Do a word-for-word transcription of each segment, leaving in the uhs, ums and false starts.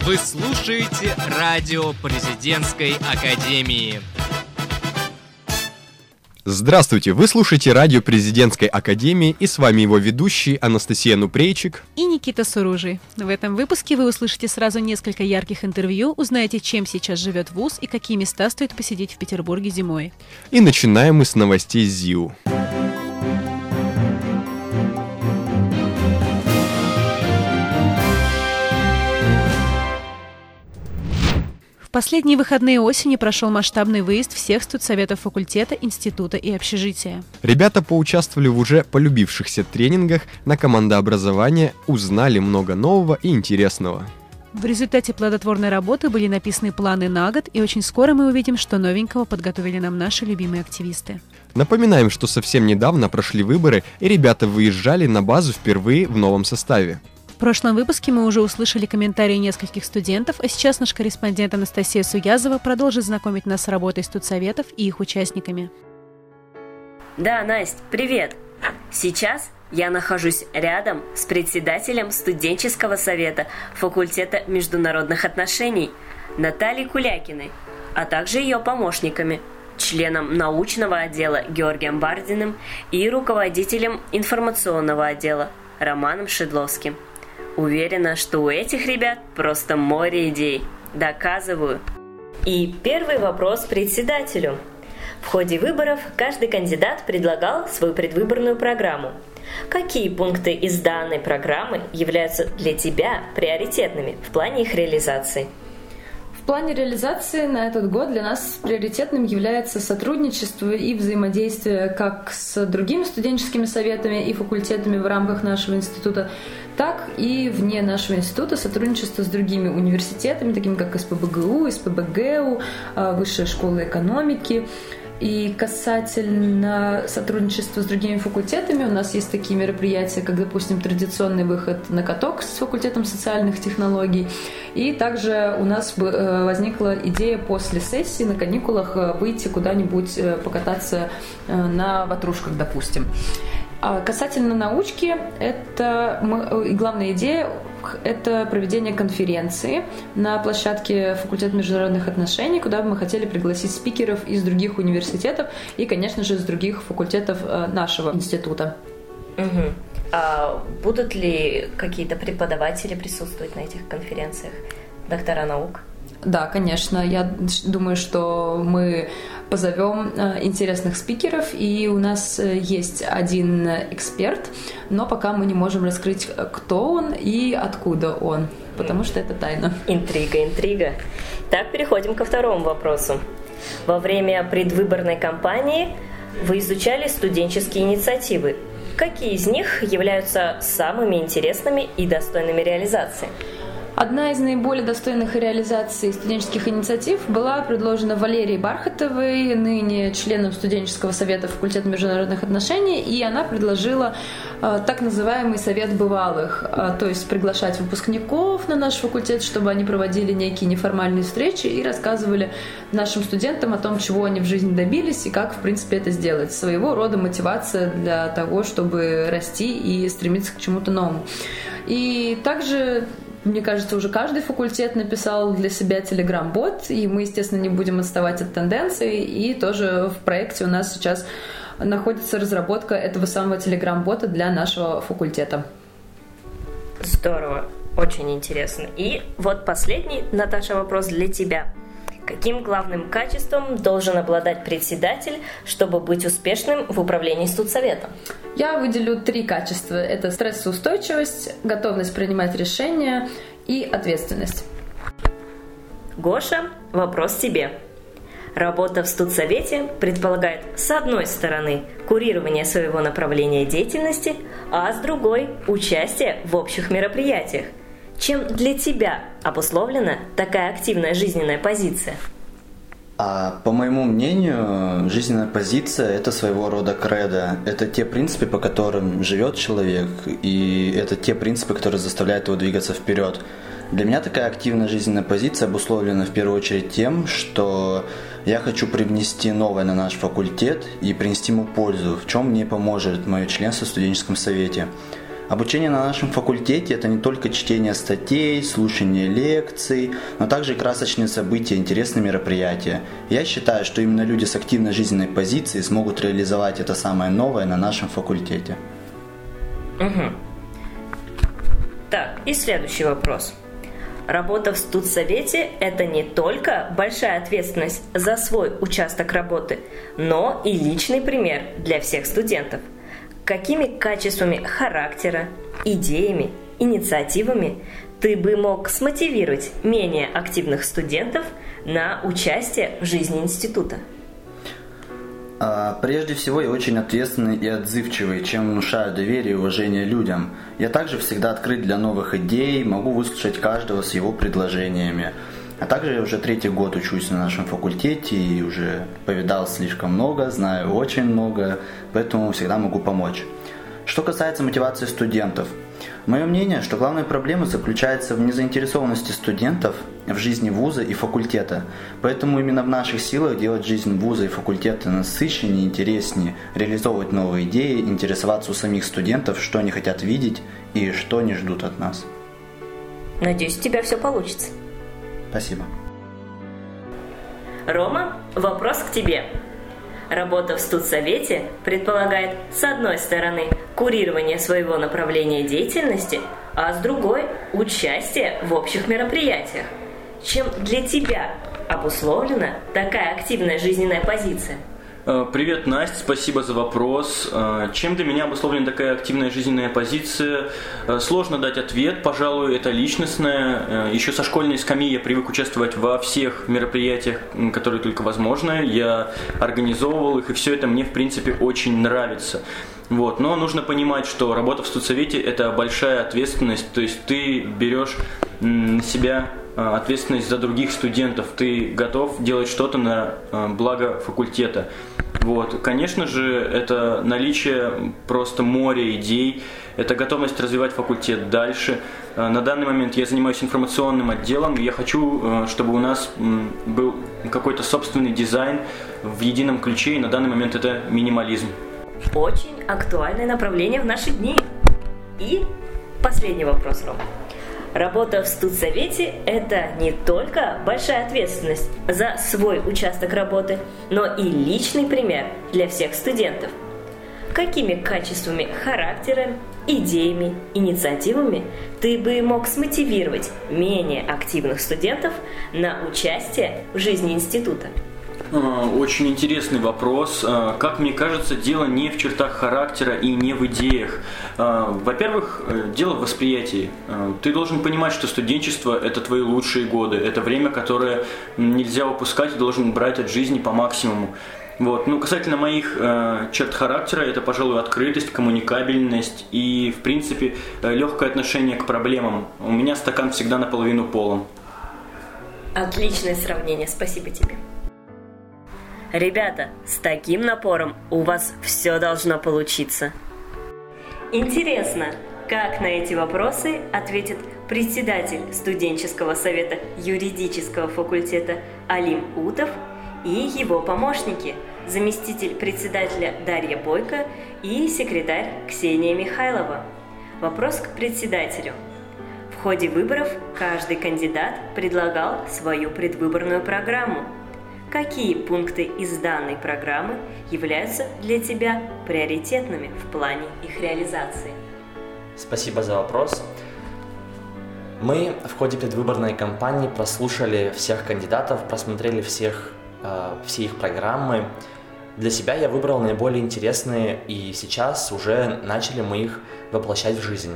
Вы слушаете радио Президентской академии. Здравствуйте! Вы слушаете радио Президентской академии, и с вами его ведущие Анастасия Нупрейчик и Никита Суружий. В этом выпуске вы услышите сразу несколько ярких интервью, узнаете, чем сейчас живет вуз и какие места стоит посетить в Петербурге зимой. И начинаем мы с новостей ЗИУ. В последние выходные осени прошел масштабный выезд всех студсоветов факультета, института и общежития. Ребята поучаствовали в уже полюбившихся тренингах на командообразование, узнали много нового и интересного. В результате плодотворной работы были написаны планы на год, и очень скоро мы увидим, что новенького подготовили нам наши любимые активисты. Напоминаем, что совсем недавно прошли выборы, и ребята выезжали на базу впервые в новом составе. В прошлом выпуске мы уже услышали комментарии нескольких студентов, а сейчас наш корреспондент Анастасия Суязова продолжит знакомить нас с работой студсоветов и их участниками. Да, Настя, привет! Сейчас я нахожусь рядом с председателем студенческого совета факультета международных отношений Натальей Кулякиной, а также ее помощниками, членом научного отдела Георгием Бардиным и руководителем информационного отдела Романом Шедловским. Уверена, что у этих ребят просто море идей. Доказываю. И первый вопрос председателю. В ходе выборов каждый кандидат предлагал свою предвыборную программу. Какие пункты из данной программы являются для тебя приоритетными в плане их реализации? В плане реализации на этот год для нас приоритетным является сотрудничество и взаимодействие как с другими студенческими советами и факультетами в рамках нашего института, так и вне нашего института сотрудничество с другими университетами, такими как СПбГУ, СПбГУ, Высшая школа экономики. И касательно сотрудничества с другими факультетами, у нас есть такие мероприятия, как, допустим, традиционный выход на каток с факультетом социальных технологий. И также у нас возникла идея после сессии на каникулах выйти куда-нибудь покататься на ватрушках, допустим. А касательно научки, это мы, и главная идея – это проведение конференции на площадке факультета международных отношений, куда бы мы хотели пригласить спикеров из других университетов и, конечно же, из других факультетов нашего института. Угу. А будут ли какие-то преподаватели присутствовать на этих конференциях, доктора наук? Да, конечно. Я думаю, что мы позовем интересных спикеров, и у нас есть один эксперт, но пока мы не можем раскрыть, кто он и откуда он, потому что это тайна. Интрига, интрига. Так, переходим ко второму вопросу. Во время предвыборной кампании вы изучали студенческие инициативы. Какие из них являются самыми интересными и достойными реализации? Одна из наиболее достойных реализаций студенческих инициатив была предложена Валерией Бархатовой, ныне членом студенческого совета факультета международных отношений, и она предложила э, так называемый совет бывалых, э, то есть приглашать выпускников на наш факультет, чтобы они проводили некие неформальные встречи и рассказывали нашим студентам о том, чего они в жизни добились и как, в принципе, это сделать. Своего рода мотивация для того, чтобы расти и стремиться к чему-то новому. И также, мне кажется, уже каждый факультет написал для себя телеграм-бот, и мы, естественно, не будем отставать от тенденций, и тоже в проекте у нас сейчас находится разработка этого самого телеграм-бота для нашего факультета. Здорово, очень интересно. И вот последний, Наташа, вопрос для тебя. Каким главным качеством должен обладать председатель, чтобы быть успешным в управлении студсоветом? Я выделю три качества. Это стрессоустойчивость, готовность принимать решения и ответственность. Гоша, вопрос тебе. Работа в студсовете предполагает, с одной стороны, курирование своего направления деятельности, а с другой – участие в общих мероприятиях. Чем для тебя обусловлена такая активная жизненная позиция? А, по моему мнению, жизненная позиция – это своего рода кредо. Это те принципы, по которым живет человек, и это те принципы, которые заставляют его двигаться вперед. Для меня такая активная жизненная позиция обусловлена в первую очередь тем, что я хочу привнести новое на наш факультет и принести ему пользу, в чем мне поможет мое членство в студенческом совете. Обучение на нашем факультете – это не только чтение статей, слушание лекций, но также и красочные события, интересные мероприятия. Я считаю, что именно люди с активной жизненной позицией смогут реализовать это самое новое на нашем факультете. Угу. Так, и следующий вопрос. Работа в студсовете – это не только большая ответственность за свой участок работы, но и личный пример для всех студентов. Какими качествами характера, идеями, инициативами ты бы мог смотивировать менее активных студентов на участие в жизни института? Прежде всего, я очень ответственный и отзывчивый, чем внушаю доверие и уважение людям. Я также всегда открыт для новых идей, могу выслушать каждого с его предложениями. А также я уже третий год учусь на нашем факультете и уже повидал слишком много, знаю очень много, поэтому всегда могу помочь. Что касается мотивации студентов, мое мнение, что главная проблема заключается в незаинтересованности студентов в жизни вуза и факультета. Поэтому именно в наших силах делать жизнь вуза и факультета насыщеннее, интереснее, реализовывать новые идеи, интересоваться у самих студентов, что они хотят видеть и что они ждут от нас. Надеюсь, у тебя все получится. Спасибо. Рома, вопрос к тебе. Работа в студсовете предполагает, с одной стороны, курирование своего направления деятельности, а с другой – участие в общих мероприятиях. Чем для тебя обусловлена такая активная жизненная позиция? Привет, Настя, спасибо за вопрос. Чем для меня обусловлена такая активная жизненная позиция? Сложно дать ответ, пожалуй, это личностное. Еще со школьной скамьи я привык участвовать во всех мероприятиях, которые только возможно. Я организовывал их, и все это мне, в принципе, очень нравится. Вот. Но нужно понимать, что работа в студсовете – это большая ответственность, то есть ты берешь на себя ответственность за других студентов, ты готов делать что-то на благо факультета. Вот. Конечно же, это наличие просто моря идей, это готовность развивать факультет дальше. На данный момент я занимаюсь информационным отделом, и я хочу, чтобы у нас был какой-то собственный дизайн в едином ключе, и на данный момент это минимализм. Очень актуальное направление в наши дни. И последний вопрос, Ром. Работа в студсовете – это не только большая ответственность за свой участок работы, но и личный пример для всех студентов. Какими качествами характера, идеями, инициативами ты бы мог смотивировать менее активных студентов на участие в жизни института? Очень интересный вопрос. Как мне кажется, дело не в чертах характера и не в идеях. Во-первых, дело в восприятии. Ты должен понимать, что студенчество – это твои лучшие годы. Это время, которое нельзя упускать, и должен брать от жизни по максимуму. Вот. Ну, касательно моих э, черт характера, это, пожалуй, открытость, коммуникабельность и, в принципе, легкое отношение к проблемам. У меня стакан всегда наполовину полон. Отличное сравнение, спасибо тебе. Ребята, с таким напором у вас все должно получиться. Интересно, как на эти вопросы ответит председатель студенческого совета юридического факультета Алим Утов и его помощники, заместитель председателя Дарья Бойко и секретарь Ксения Михайлова. Вопрос к председателю. В ходе выборов каждый кандидат предлагал свою предвыборную программу. Какие пункты из данной программы являются для тебя приоритетными в плане их реализации? Спасибо за вопрос. Мы в ходе предвыборной кампании прослушали всех кандидатов, просмотрели всех, э, все их программы. Для себя я выбрал наиболее интересные, и сейчас уже начали мы их воплощать в жизнь.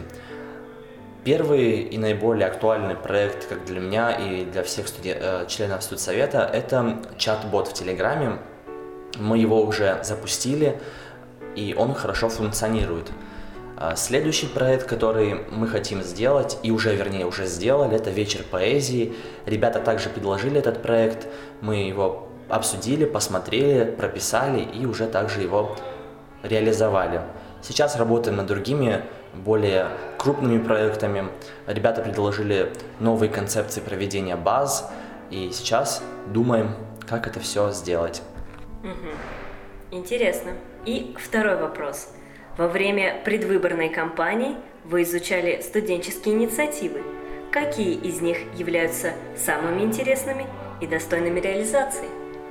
Первый и наиболее актуальный проект, как для меня и для всех студен... членов студсовета, это чат-бот в Телеграме. Мы его уже запустили, и он хорошо функционирует. Следующий проект, который мы хотим сделать, и уже, вернее, уже сделали, это вечер поэзии. Ребята также предложили этот проект, мы его обсудили, посмотрели, прописали и уже также его реализовали. Сейчас работаем над другими, более крупными проектами. Ребята предложили новые концепции проведения баз, и сейчас думаем, как это все сделать. Угу. Интересно. И второй вопрос. Во время предвыборной кампании вы изучали студенческие инициативы. Какие из них являются самыми интересными и достойными реализации?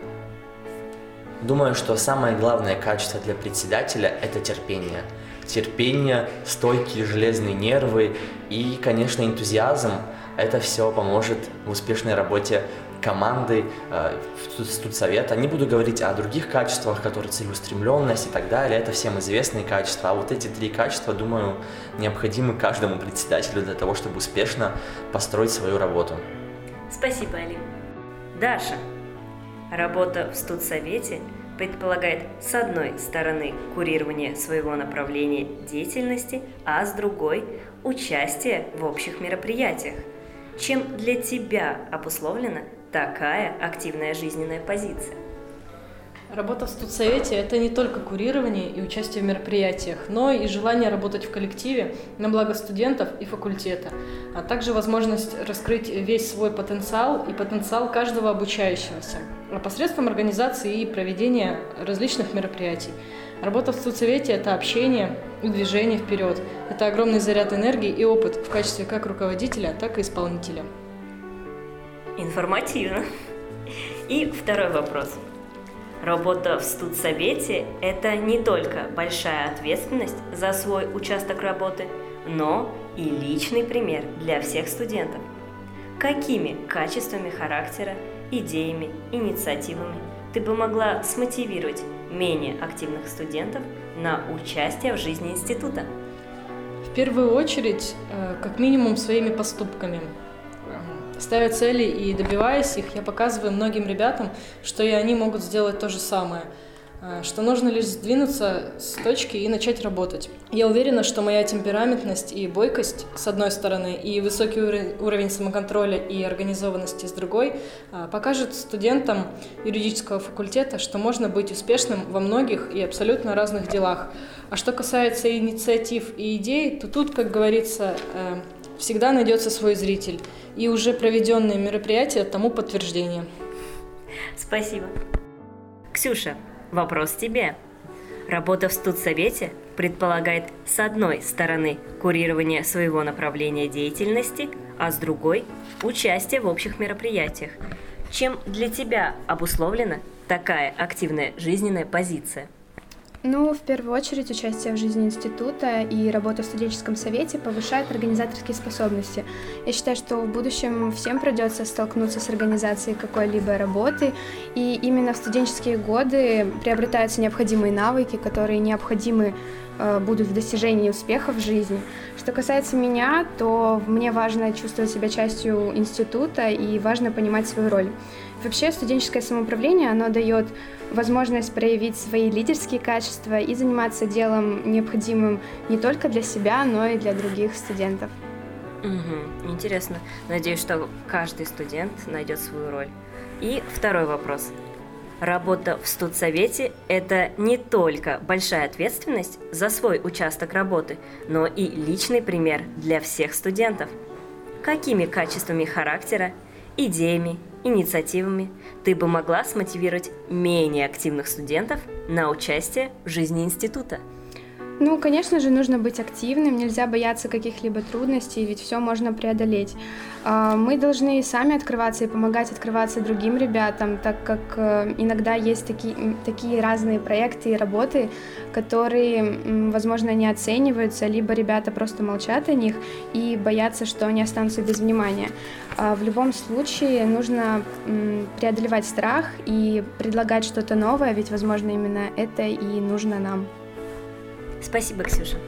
Думаю, что самое главное качество для председателя – это терпение. Терпение, стойкие железные нервы и, конечно, энтузиазм. Это все поможет в успешной работе команды, э, студсовета. Не буду говорить о других качествах, которые целеустремленность и так далее. Это всем известные качества. А вот эти три качества, думаю, необходимы каждому председателю для того, чтобы успешно построить свою работу. Спасибо, Алим. Даша, работа в студсовете предполагает с одной стороны курирование своего направления деятельности, а с другой – участие в общих мероприятиях. Чем для тебя обусловлена такая активная жизненная позиция? Работа в студсовете – это не только курирование и участие в мероприятиях, но и желание работать в коллективе на благо студентов и факультета, а также возможность раскрыть весь свой потенциал и потенциал каждого обучающегося посредством организации и проведения различных мероприятий. Работа в студсовете – это общение и движение вперед. Это огромный заряд энергии и опыт в качестве как руководителя, так и исполнителя. Информативно. И второй вопрос. Работа в студсовете – это не только большая ответственность за свой участок работы, но и личный пример для всех студентов. Какими качествами характера, идеями, инициативами ты бы могла смотивировать менее активных студентов на участие в жизни института? В первую очередь, как минимум, своими поступками. Ставя цели и добиваясь их, я показываю многим ребятам, что и они могут сделать то же самое, что нужно лишь сдвинуться с точки и начать работать. Я уверена, что моя темпераментность и бойкость, с одной стороны, и высокий уровень самоконтроля и организованности, с другой, покажет студентам юридического факультета, что можно быть успешным во многих и абсолютно разных делах. А что касается инициатив и идей, то тут, как говорится, всегда найдется свой зритель, и уже проведенные мероприятия тому подтверждение. Спасибо. Ксюша, вопрос тебе. Работа в студсовете предполагает с одной стороны курирование своего направления деятельности, а с другой – участие в общих мероприятиях. Чем для тебя обусловлена такая активная жизненная позиция? Ну, в первую очередь, участие в жизни института и работа в студенческом совете повышает организаторские способности. Я считаю, что в будущем всем придется столкнуться с организацией какой-либо работы, и именно в студенческие годы приобретаются необходимые навыки, которые необходимы э, будут в достижении успеха в жизни. Что касается меня, то мне важно чувствовать себя частью института и важно понимать свою роль. Вообще, студенческое самоуправление, оно дает возможность проявить свои лидерские качества и заниматься делом, необходимым не только для себя, но и для других студентов. Угу, интересно. Надеюсь, что каждый студент найдет свою роль. И второй вопрос. Работа в студсовете – это не только большая ответственность за свой участок работы, но и личный пример для всех студентов. Какими качествами характера, идеями, инициативами ты бы могла смотивировать менее активных студентов на участие в жизни института? Ну, конечно же, нужно быть активным, нельзя бояться каких-либо трудностей, ведь все можно преодолеть. Мы должны сами открываться и помогать открываться другим ребятам, так как иногда есть такие, такие разные проекты и работы, которые, возможно, не оцениваются, либо ребята просто молчат о них и боятся, что они останутся без внимания. В любом случае нужно преодолевать страх и предлагать что-то новое, ведь, возможно, именно это и нужно нам. Спасибо, Ксюша.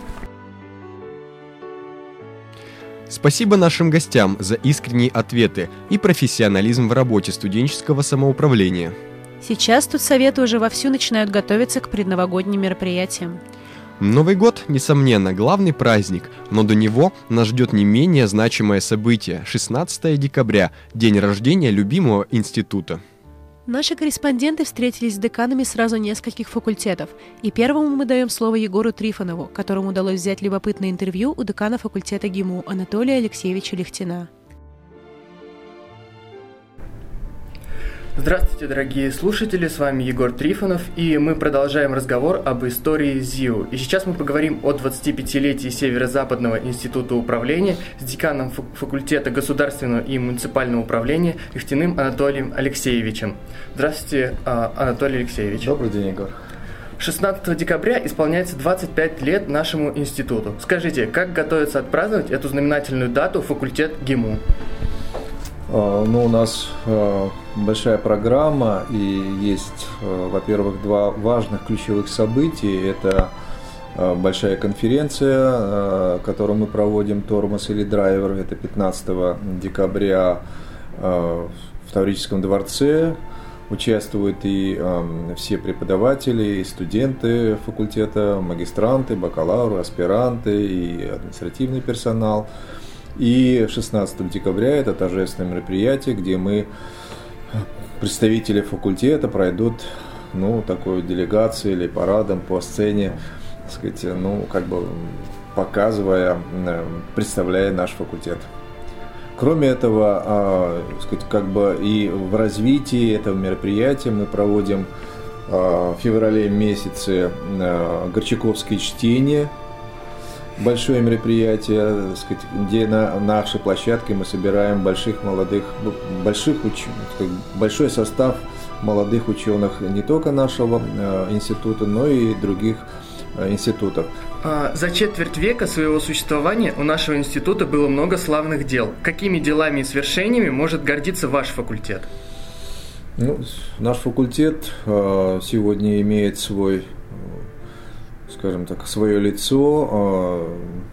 Спасибо нашим гостям за искренние ответы и профессионализм в работе студенческого самоуправления. Сейчас студсоветы уже вовсю начинают готовиться к предновогодним мероприятиям. Новый год, несомненно, главный праздник, но до него нас ждет не менее значимое событие – шестнадцатого декабря, день рождения любимого института. Наши корреспонденты встретились с деканами сразу нескольких факультетов, и первому мы даем слово Егору Трифонову, которому удалось взять любопытное интервью у декана факультета ГИМУ Анатолия Алексеевича Лихтина. Здравствуйте, дорогие слушатели, с вами Егор Трифонов, и мы продолжаем разговор об истории ЗИУ. И сейчас мы поговорим о двадцатипятилетии Северо-Западного института управления с деканом факультета государственного и муниципального управления Ихтиным Анатолием Алексеевичем. Здравствуйте, Анатолий Алексеевич. Добрый день, Егор. шестнадцатого декабря исполняется двадцать пять лет нашему институту. Скажите, как готовится отпраздновать эту знаменательную дату факультет ГИМУ? Ну, у нас э, большая программа, и есть, э, во-первых, два важных ключевых события. Это э, большая конференция, э, которую мы проводим, Тормоз или Драйвер, это пятнадцатого декабря э, в Таврическом дворце. Участвуют и э, все преподаватели, и студенты факультета, магистранты, бакалавры, аспиранты и административный персонал. И шестнадцатого декабря это торжественное мероприятие, где мы, представители факультета, пройдут, ну, такой делегацией или парадом по сцене, так сказать, ну, как бы показывая, представляя наш факультет. Кроме этого, так сказать, как бы и в развитии этого мероприятия мы проводим в феврале месяце Горчаковские чтения. Большое мероприятие, так сказать, где на нашей площадке мы собираем больших молодых, больших уч... большой состав молодых ученых не только нашего института, но и других институтов. За четверть века своего существования у нашего института было много славных дел. Какими делами и свершениями может гордиться ваш факультет? Ну, наш факультет сегодня имеет свой, скажем так, свое лицо,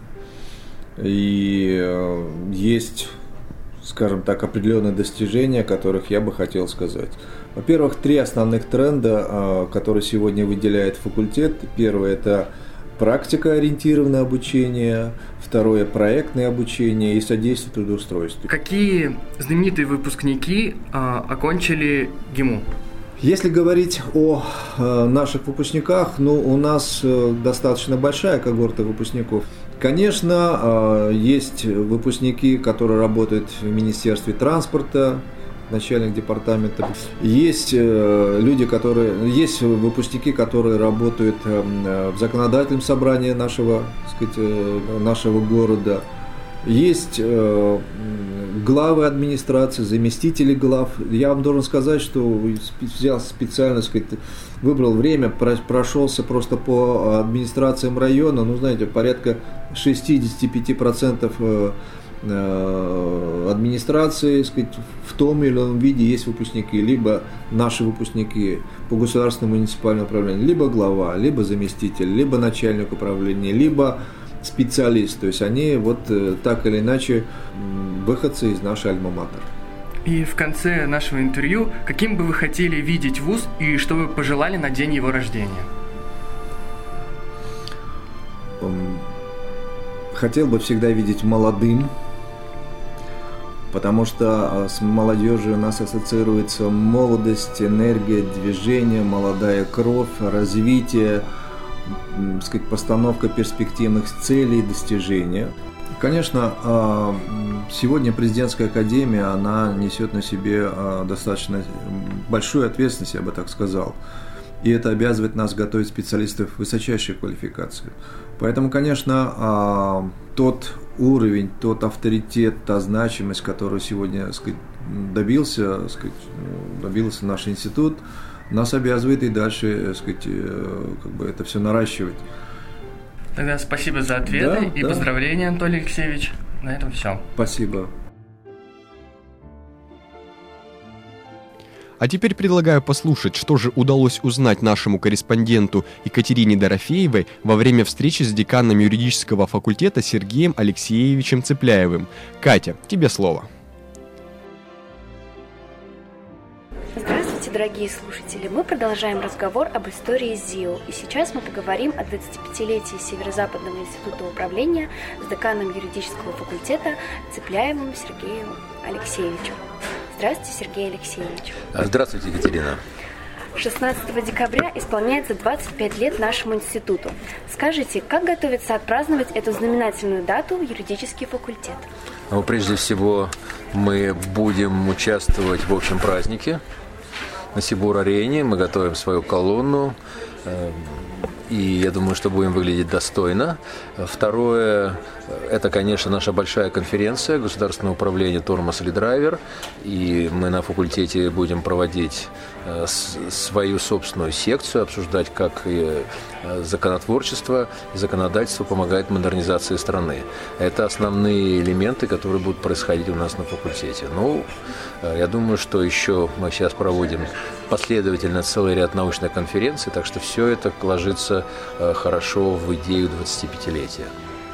и есть, скажем так, определенные достижения, о которых я бы хотел сказать. Во-первых, три основных тренда, которые сегодня выделяет факультет. Первое – это практикоориентированное обучение, второе – проектное обучение и содействие трудоустройству. Какие знаменитые выпускники окончили ГИМУ? Если говорить о э, наших выпускниках, ну, у нас э, достаточно большая когорта выпускников. Конечно, э, есть выпускники, которые работают в Министерстве транспорта, начальник департамента. Есть э, люди, которые, есть выпускники, которые работают э, в законодательном собрании нашего, так сказать, э, нашего города. Есть э, главы администрации, заместители глав. Я вам должен сказать, что взял специально, сказать, выбрал время, прошелся просто по администрациям района. Ну, знаете, порядка шестьдесят пять процентов администрации, сказать, в том или ином виде есть выпускники, либо наши выпускники по государственному муниципальному управлению, либо глава, либо заместитель, либо начальник управления, либо специалист, то есть они вот так или иначе выходцы из нашей альма-матер. И в конце нашего интервью, каким бы вы хотели видеть вуз и что вы пожелали на день его рождения? Хотел бы всегда видеть молодым, потому что с молодежью у нас ассоциируется молодость, энергия, движение, молодая кровь, развитие, сказать, постановка перспективных целей и достижения. Конечно, сегодня президентская академия, она несет на себе достаточно большую ответственность, я бы так сказал. И это обязывает нас готовить специалистов высочайшей квалификации. Поэтому, конечно, тот уровень, тот авторитет, та значимость, которую сегодня, так сказать, добился, так сказать, добился наш институт, нас обязывает и дальше, так сказать, как бы это все наращивать. Тогда спасибо за ответы да, и да. поздравления, Анатолий Алексеевич. На этом все. Спасибо. А теперь предлагаю послушать, что же удалось узнать нашему корреспонденту Екатерине Дорофеевой во время встречи с деканом юридического факультета Сергеем Алексеевичем Цепляевым. Катя, тебе слово. Здравствуйте, дорогие слушатели! Мы продолжаем разговор об истории ЗИУ. И сейчас мы поговорим о двадцатипятилетии Северо-Западного института управления с деканом юридического факультета Цепляевым Сергеем Алексеевичем. Здравствуйте, Сергей Алексеевич. Здравствуйте, Екатерина. шестнадцатого декабря исполняется двадцать пять лет нашему институту. Скажите, как готовится отпраздновать эту знаменательную дату юридический факультет? Ну, прежде всего, мы будем участвовать в общем празднике. на Сибур-арене, мы готовим свою колонну. И я думаю, что будем выглядеть достойно. Второе, это, конечно, наша большая конференция Государственное управление Тормоз или Драйвер. И мы на факультете будем проводить свою собственную секцию, обсуждать, как и законотворчество и законодательство помогает модернизации страны. Это основные элементы, которые будут происходить у нас на факультете. Ну, я думаю, что еще мы сейчас проводим последовательно целый ряд научных конференций, так что все это ложится хорошо в идею двадцатипятилетия.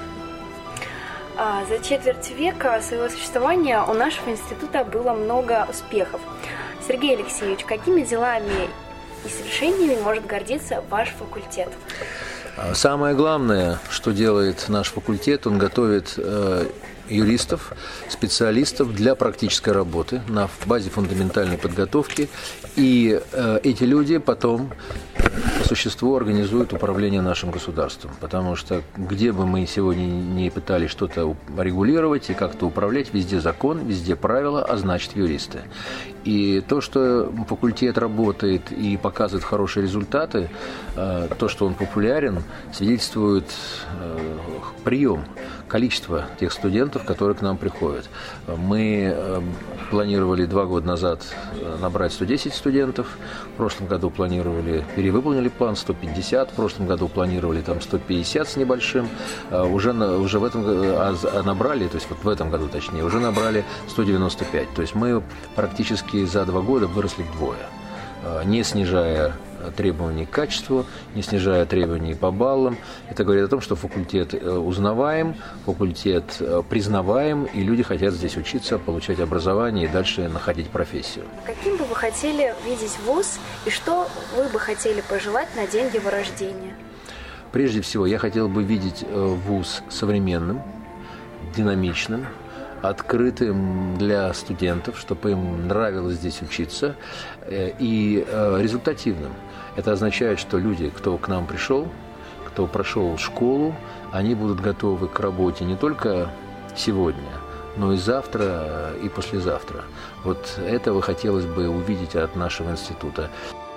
За четверть века своего существования у нашего института было много успехов. Сергей Алексеевич, какими делами и свершениями может гордиться ваш факультет? Самое главное, что делает наш факультет, он готовит э, юристов, специалистов для практической работы на базе фундаментальной подготовки. И э, эти люди потом по существу организуют управление нашим государством. Потому что где бы мы сегодня не пытались что-то регулировать и как-то управлять, везде закон, везде правила, а значит юристы. И то, что факультет работает и показывает хорошие результаты, э, то, что он популярен, свидетельствует э, прием, количество тех студентов, которые к нам приходят. Мы э, планировали два года назад набрать сто десять студентов, в прошлом году планировали, перевыполнили план сто пятьдесят, в прошлом году планировали там сто пятьдесят с небольшим, э, уже, на, уже в этом а, а набрали, то есть вот в этом году точнее, уже набрали сто девяносто пять. То есть мы практически за два года выросли вдвое, э, не снижая требований к качеству, не снижая требований по баллам. Это говорит о том, что факультет узнаваем, факультет признаваем, и люди хотят здесь учиться, получать образование и дальше находить профессию. Каким бы вы хотели видеть вуз, и что вы бы хотели пожелать на день его рождения? Прежде всего, я хотел бы видеть вуз современным, динамичным, открытым для студентов, чтобы им нравилось здесь учиться, и результативным. Это означает, что люди, кто к нам пришел, кто прошел школу, они будут готовы к работе не только сегодня, но и завтра, и послезавтра. Вот этого хотелось бы увидеть от нашего института.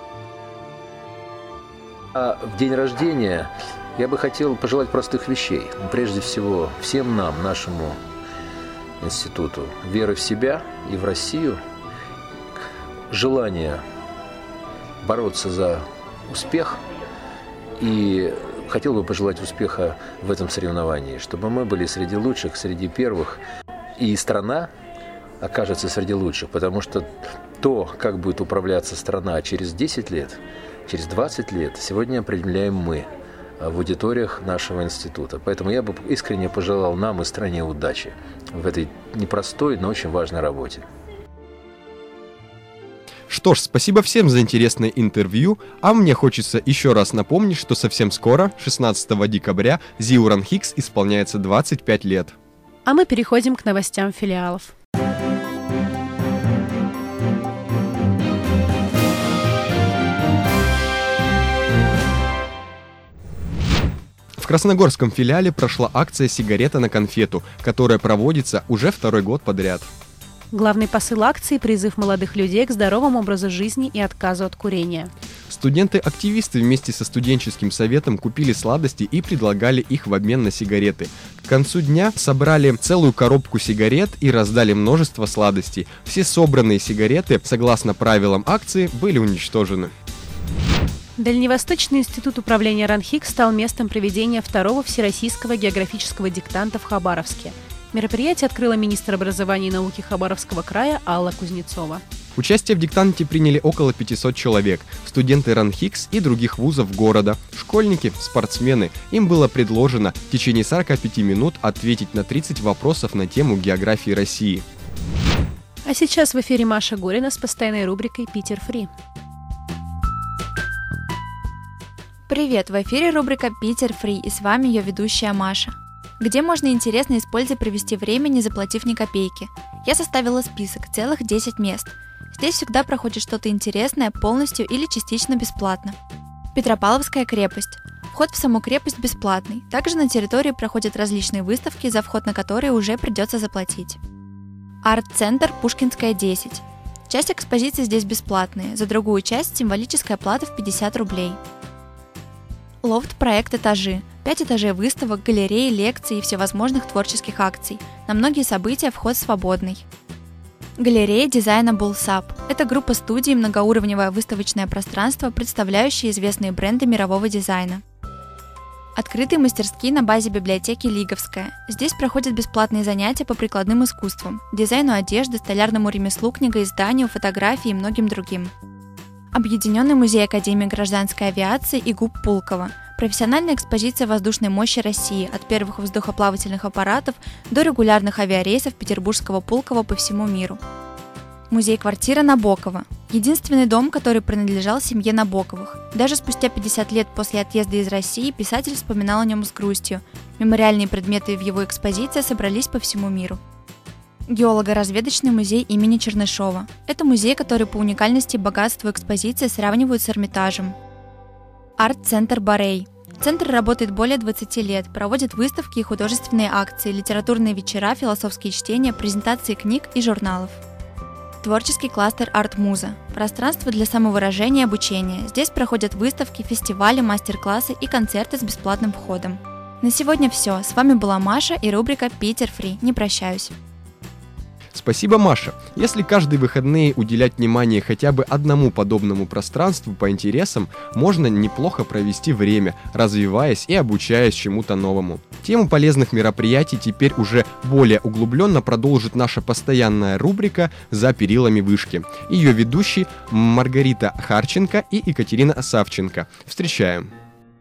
А в день рождения я бы хотел пожелать простых вещей. Прежде всего, всем нам, нашему институту, веры в себя и в Россию, желание бороться за успех, и хотел бы пожелать успеха в этом соревновании, чтобы мы были среди лучших, среди первых, и страна окажется среди лучших, потому что то, как будет управляться страна через десять лет, через двадцать лет, сегодня определяем мы в аудиториях нашего института. Поэтому я бы искренне пожелал нам и стране удачи в этой непростой, но очень важной работе. Что ж, спасибо всем за интересное интервью, а мне хочется еще раз напомнить, что совсем скоро, шестнадцатого декабря, ЗИУ РАНХИКС исполняется двадцать пять лет. А мы переходим к новостям филиалов. В Красногорском филиале прошла акция «Сигарета на конфету», которая проводится уже второй год подряд. Главный посыл акции – призыв молодых людей к здоровому образу жизни и отказу от курения. Студенты-активисты вместе со студенческим советом купили сладости и предлагали их в обмен на сигареты. К концу дня собрали целую коробку сигарет и раздали множество сладостей. Все собранные сигареты, согласно правилам акции, были уничтожены. Дальневосточный институт управления РАНХИКС стал местом проведения второго всероссийского географического диктанта в Хабаровске. Мероприятие открыла министр образования и науки Хабаровского края Алла Кузнецова. Участие в диктанте приняли около пятисот человек, студенты РАНХИКС и других вузов города, школьники, спортсмены. Им было предложено в течение сорока пяти минут ответить на тридцать вопросов на тему географии России. А сейчас в эфире Маша Горина с постоянной рубрикой «Питер Фри». Привет, в эфире рубрика «Питер Фри» и с вами ее ведущая Маша. Где можно интересно и с пользой провести время, не заплатив ни копейки? Я составила список, целых десять мест. Здесь всегда проходит что-то интересное, полностью или частично бесплатно. Петропавловская крепость. Вход в саму крепость бесплатный. Также на территории проходят различные выставки, за вход на которые уже придется заплатить. Арт-центр Пушкинская, десять. Часть экспозиции здесь бесплатная, за другую часть символическая плата в пятьдесят рублей. Лофт-проект «Этажи». Пять этажей выставок, галерей, лекций и всевозможных творческих акций. На многие события вход свободный. Галерея дизайна Bullsap. Это группа студий и многоуровневое выставочное пространство, представляющее известные бренды мирового дизайна. Открытые мастерские на базе библиотеки Лиговская. Здесь проходят бесплатные занятия по прикладным искусствам, дизайну одежды, столярному ремеслу, книгоизданию, фотографии и многим другим. Объединенный музей Академии гражданской авиации и ГУП Пулково. Профессиональная экспозиция воздушной мощи России от первых воздухоплавательных аппаратов до регулярных авиарейсов Петербургского Пулково по всему миру. Музей-квартира Набокова. Единственный дом, который принадлежал семье Набоковых. Даже спустя пятьдесят лет после отъезда из России писатель вспоминал о нем с грустью. Мемориальные предметы в его экспозиции собрались по всему миру. Геолого-разведочный музей имени Чернышова. Это музей, который по уникальности и богатству экспозиции сравнивают с Эрмитажем. Арт-центр Борей. Центр работает более двадцати лет, проводит выставки и художественные акции, литературные вечера, философские чтения, презентации книг и журналов. Творческий кластер «Арт-муза». Пространство для самовыражения и обучения. Здесь проходят выставки, фестивали, мастер-классы и концерты с бесплатным входом. На сегодня все. С вами была Маша и рубрика «Питер Фри». Не прощаюсь. Спасибо, Маша. Если каждые выходные уделять внимание хотя бы одному подобному пространству по интересам, можно неплохо провести время, развиваясь и обучаясь чему-то новому. Тему полезных мероприятий теперь уже более углубленно продолжит наша постоянная рубрика «За перилами вышки». Ее ведущие Маргарита Харченко и Екатерина Савченко. Встречаем.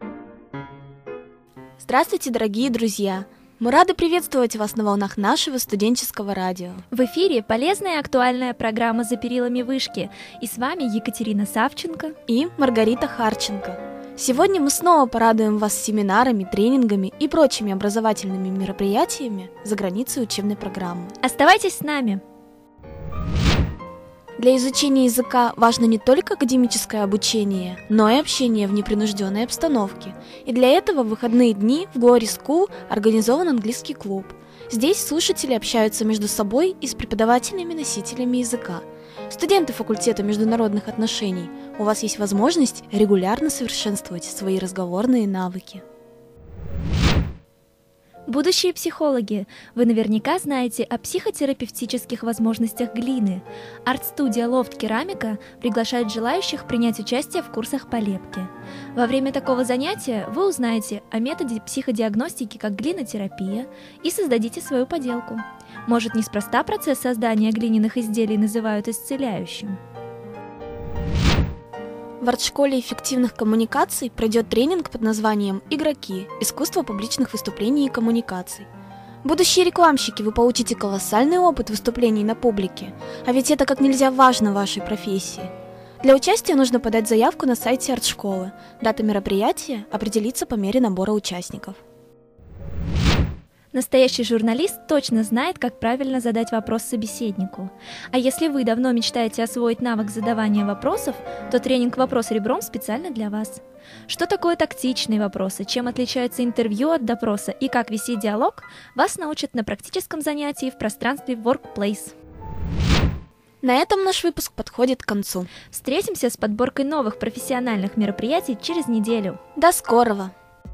Здравствуйте, дорогие друзья! Мы рады приветствовать вас на волнах нашего студенческого радио. В эфире полезная и актуальная программа «За перилами вышки». И с вами Екатерина Савченко и Маргарита Харченко. Сегодня мы снова порадуем вас семинарами, тренингами и прочими образовательными мероприятиями за границей учебной программы. Оставайтесь с нами! Для изучения языка важно не только академическое обучение, но и общение в непринужденной обстановке. И для этого в выходные дни в Glory School организован английский клуб. Здесь слушатели общаются между собой и с преподавателями-носителями языка. Студенты факультета международных отношений, у вас есть возможность регулярно совершенствовать свои разговорные навыки. Будущие психологи, вы наверняка знаете о психотерапевтических возможностях глины. Арт-студия Лофт Керамика приглашает желающих принять участие в курсах по лепке. Во время такого занятия вы узнаете о методе психодиагностики как глинотерапия и создадите свою поделку. Может, неспроста процесс создания глиняных изделий называют исцеляющим. В арт-школе эффективных коммуникаций пройдет тренинг под названием «Игроки. Искусство публичных выступлений и коммуникаций». Будущие рекламщики, вы получите колоссальный опыт выступлений на публике, а ведь это как нельзя важно в вашей профессии. Для участия нужно подать заявку на сайте арт-школы. Дата мероприятия определится по мере набора участников. Настоящий журналист точно знает, как правильно задать вопрос собеседнику. А если вы давно мечтаете освоить навык задавания вопросов, то тренинг «Вопрос ребром» специально для вас. Что такое тактичные вопросы, чем отличается интервью от допроса и как вести диалог, вас научат на практическом занятии в пространстве Workplace. На этом наш выпуск подходит к концу. Встретимся с подборкой новых профессиональных мероприятий через неделю. До скорого!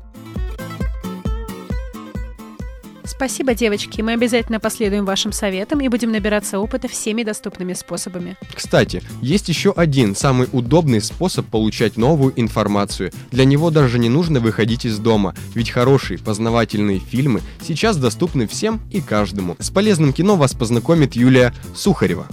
Спасибо, девочки. Мы обязательно последуем вашим советам и будем набираться опыта всеми доступными способами. Кстати, есть еще один самый удобный способ получать новую информацию. Для него даже не нужно выходить из дома, ведь хорошие познавательные фильмы сейчас доступны всем и каждому. С полезным кино вас познакомит Юлия Сухарева.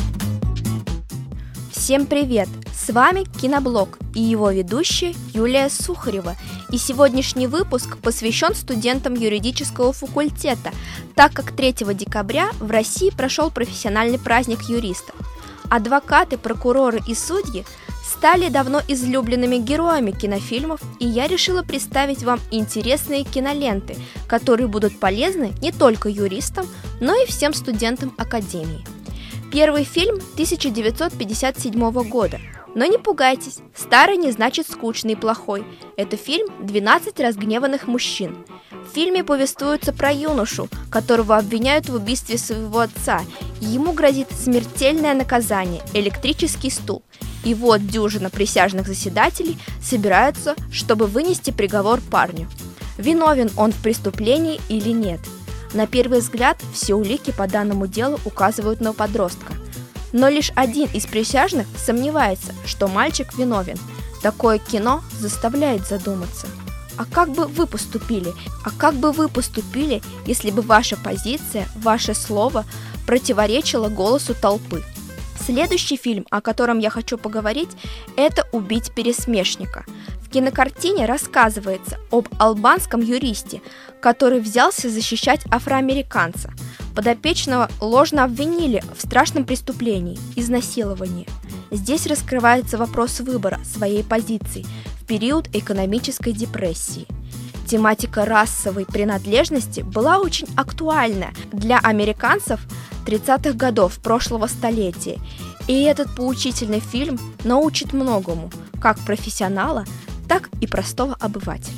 Всем привет! С вами Киноблог и его ведущая Юлия Сухарева. И сегодняшний выпуск посвящен студентам юридического факультета, так как третьего декабря в России прошел профессиональный праздник юристов. Адвокаты, прокуроры и судьи стали давно излюбленными героями кинофильмов, и я решила представить вам интересные киноленты, которые будут полезны не только юристам, но и всем студентам академии. Первый фильм тысяча девятьсот пятьдесят седьмого года. Но не пугайтесь, старый не значит скучный и плохой. Это фильм «двенадцать разгневанных мужчин». В фильме повествуется про юношу, которого обвиняют в убийстве своего отца, Ему грозит смертельное наказание – электрический стул. И вот дюжина присяжных заседателей собираются, чтобы вынести приговор парню. Виновен он в преступлении или нет? На первый взгляд, все улики по данному делу указывают на подростка. Но лишь один из присяжных сомневается, что мальчик виновен. Такое кино заставляет задуматься. А как бы вы поступили? А как бы вы поступили, если бы ваша позиция, ваше слово противоречило голосу толпы? Следующий фильм, о котором я хочу поговорить, это «Убить пересмешника». В кинокартине рассказывается об албанском юристе, который взялся защищать афроамериканца. Подопечного ложно обвинили в страшном преступлении – изнасиловании. Здесь раскрывается вопрос выбора своей позиции в период экономической депрессии. Тематика расовой принадлежности была очень актуальна для американцев тридцатых годов прошлого столетия, и этот поучительный фильм научит многому, как профессионала, так и простого обывателя.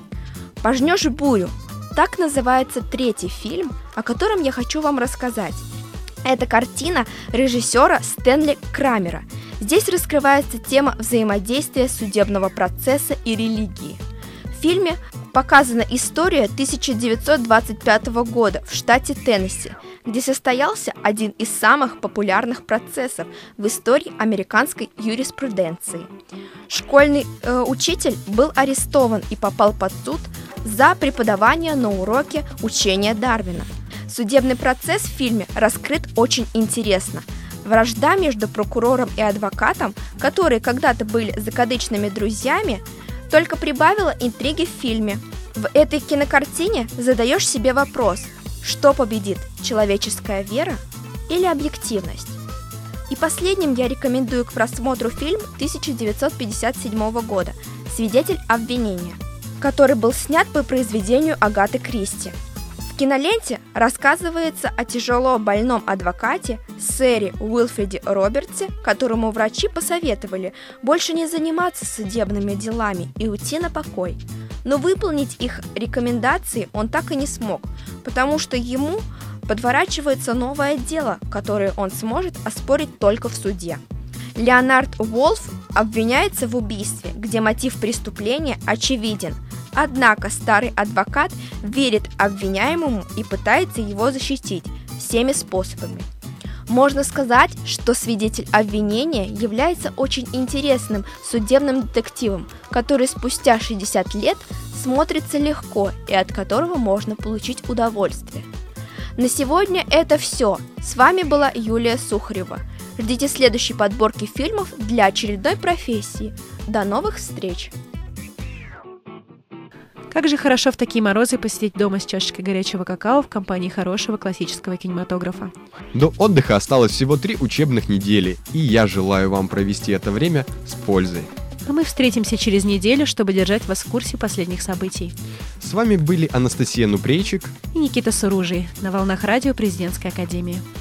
«Пожнешь бурю» – так называется третий фильм, о котором я хочу вам рассказать. Это картина режиссера Стэнли Крамера. Здесь раскрывается тема взаимодействия судебного процесса и религии. В фильме показана история тысяча девятьсот двадцать пятого года в штате Теннесси, где состоялся один из самых популярных процессов в истории американской юриспруденции. Школьный э, учитель был арестован и попал под суд за преподавание на уроке учения Дарвина. Судебный процесс в фильме раскрыт очень интересно. Вражда между прокурором и адвокатом, которые когда-то были закадычными друзьями, только прибавила интриги в фильме. В этой кинокартине задаешь себе вопрос, что победит, человеческая вера или объективность? И последним я рекомендую к просмотру фильм тысяча девятьсот пятьдесят седьмого года «Свидетель обвинения», который был снят по произведению Агаты Кристи. В киноленте рассказывается о тяжело больном адвокате сэре Уилфреде Робертсе, которому врачи посоветовали больше не заниматься судебными делами и уйти на покой. Но выполнить их рекомендации он так и не смог, потому что ему подворачивается новое дело, которое он сможет оспорить только в суде. Леонард Уолф обвиняется в убийстве, где мотив преступления очевиден. Однако старый адвокат верит обвиняемому и пытается его защитить всеми способами. Можно сказать, что свидетель обвинения является очень интересным судебным детективом, который спустя шестьдесят лет смотрится легко и от которого можно получить удовольствие. На сегодня это все. С вами была Юлия Сухарева. Ждите следующей подборки фильмов для очередной профессии. До новых встреч! Как же хорошо в такие морозы посидеть дома с чашечкой горячего какао в компании хорошего классического кинематографа. До отдыха осталось всего три учебных недели, и я желаю вам провести это время с пользой. А мы встретимся через неделю, чтобы держать вас в курсе последних событий. С вами были Анастасия Нупрейчик и Никита Суружий на волнах радио Президентской академии.